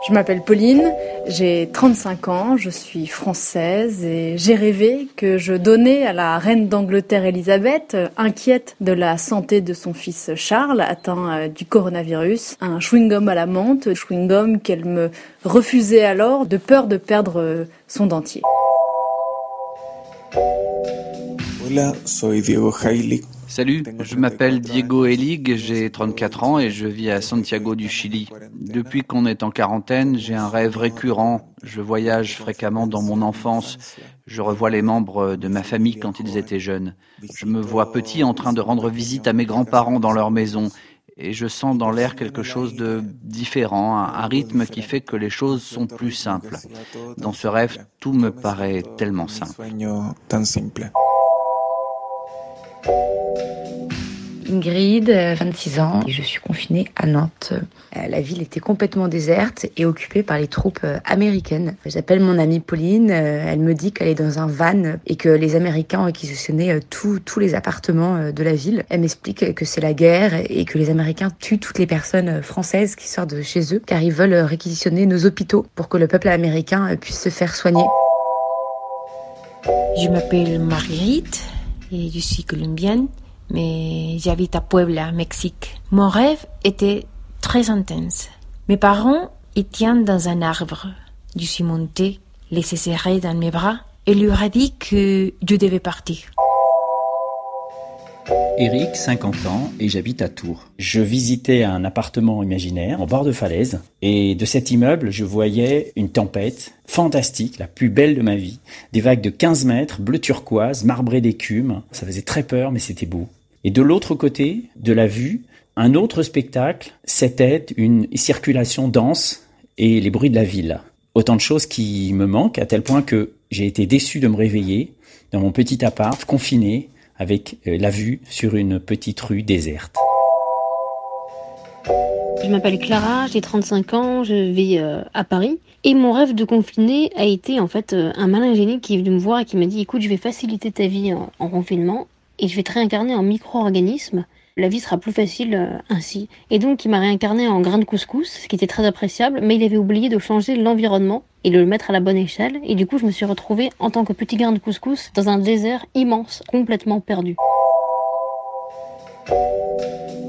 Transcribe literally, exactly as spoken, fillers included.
Je m'appelle Pauline, j'ai trente-cinq ans, je suis française et j'ai rêvé que je donnais à la reine d'Angleterre Elisabeth, inquiète de la santé de son fils Charles, atteint du coronavirus, un chewing-gum à la menthe, chewing-gum qu'elle me refusait alors de peur de perdre son dentier. Hola, soy Diego Hailey. Salut, je m'appelle Diego Elig, j'ai trente-quatre ans et je vis à Santiago du Chili. Depuis qu'on est en quarantaine, j'ai un rêve récurrent. Je voyage fréquemment dans mon enfance. Je revois les membres de ma famille quand ils étaient jeunes. Je me vois petit en train de rendre visite à mes grands-parents dans leur maison. Et je sens dans l'air quelque chose de différent, un, un rythme qui fait que les choses sont plus simples. Dans ce rêve, tout me paraît tellement simple. Ingrid, vingt-six ans, et je suis confinée à Nantes. La ville était complètement déserte et occupée par les troupes américaines. J'appelle mon amie Pauline, elle me dit qu'elle est dans un van et que les Américains ont réquisitionné tous tous les appartements de la ville. Elle m'explique que c'est la guerre et que les Américains tuent toutes les personnes françaises qui sortent de chez eux car ils veulent réquisitionner nos hôpitaux pour que le peuple américain puisse se faire soigner. Je m'appelle Marguerite et je suis colombienne. Mais j'habite à Puebla, Mexique. Mon rêve était très intense. Mes parents étaient dans un arbre. Je suis montée, les ai serrés dans mes bras et leur ai dit que je devais partir. Eric, cinquante ans, et j'habite à Tours. Je visitais un appartement imaginaire en bord de falaise, et de cet immeuble, je voyais une tempête fantastique, la plus belle de ma vie. Des vagues de quinze mètres, bleu turquoise, marbrées d'écume. Ça faisait très peur, mais c'était beau. Et de l'autre côté de la vue, un autre spectacle, c'était une circulation dense et les bruits de la ville. Autant de choses qui me manquent, à tel point que j'ai été déçu de me réveiller dans mon petit appart, confiné, avec la vue sur une petite rue déserte. Je m'appelle Clara, j'ai trente-cinq ans, je vis euh, à Paris. Et mon rêve de confiné a été en fait euh, un malin génie qui est venu me voir et qui m'a dit « Écoute, je vais faciliter ta vie en, en confinement et je vais te réincarner en micro-organisme. La vie sera plus facile euh, ainsi. » Et donc il m'a réincarné en grain de couscous, ce qui était très appréciable, mais il avait oublié de changer l'environnement et de le mettre à la bonne échelle. Et du coup, je me suis retrouvée en tant que petit grain de couscous dans un désert immense, complètement perdu.